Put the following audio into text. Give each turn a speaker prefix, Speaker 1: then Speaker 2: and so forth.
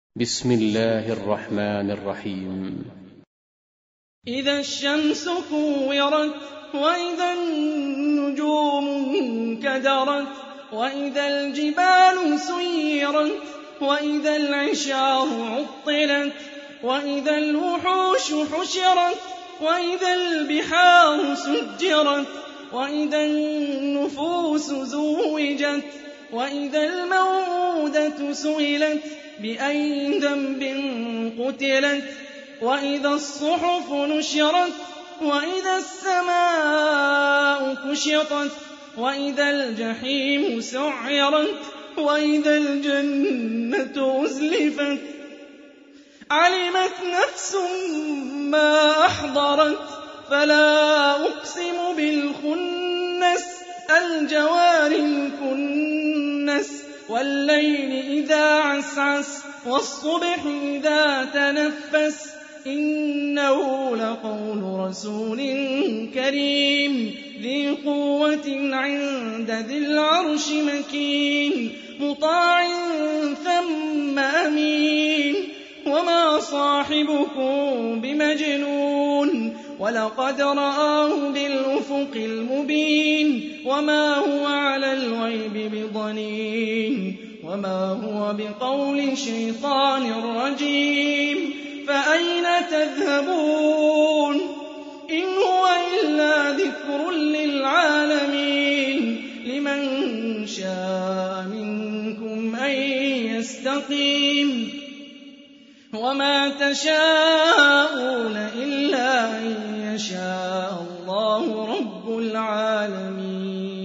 Speaker 1: بسم الله الرحمن الرحيم.
Speaker 2: إذا الشمس كورت وإذا النجوم انكدرت وإذا الجبال سيرت وإذا العشار عطلت وإذا الوحوش حشرت وإذا البحار سجرت وإذا النفوس زوجت وإذا الموءودة سئلت بأي ذنب قتلت وإذا الصحف نشرت وإذا السماء كشطت وإذا الجحيم سعرت وإذا الجنة أزلفت علمت نفس ما أحضرت فلا أقسم بالخنس الجوار الكنس والليل إذا عسعس والصبح إذا تنفس إنه لقول رسول كريم ذي قوة عند ذي العرش مكين مطاع ثم أمين وما صاحبكم بمجنون ولقد رآه بالأفق المبين وما هو على الغيب بضنين وما هو بقول شيطان رجيم فأين تذهبون إن هو إلا ذكر للعالمين لمن شاء منكم أن يستقيم وما تشاءون إلا أن يشاء الله رب العالمين.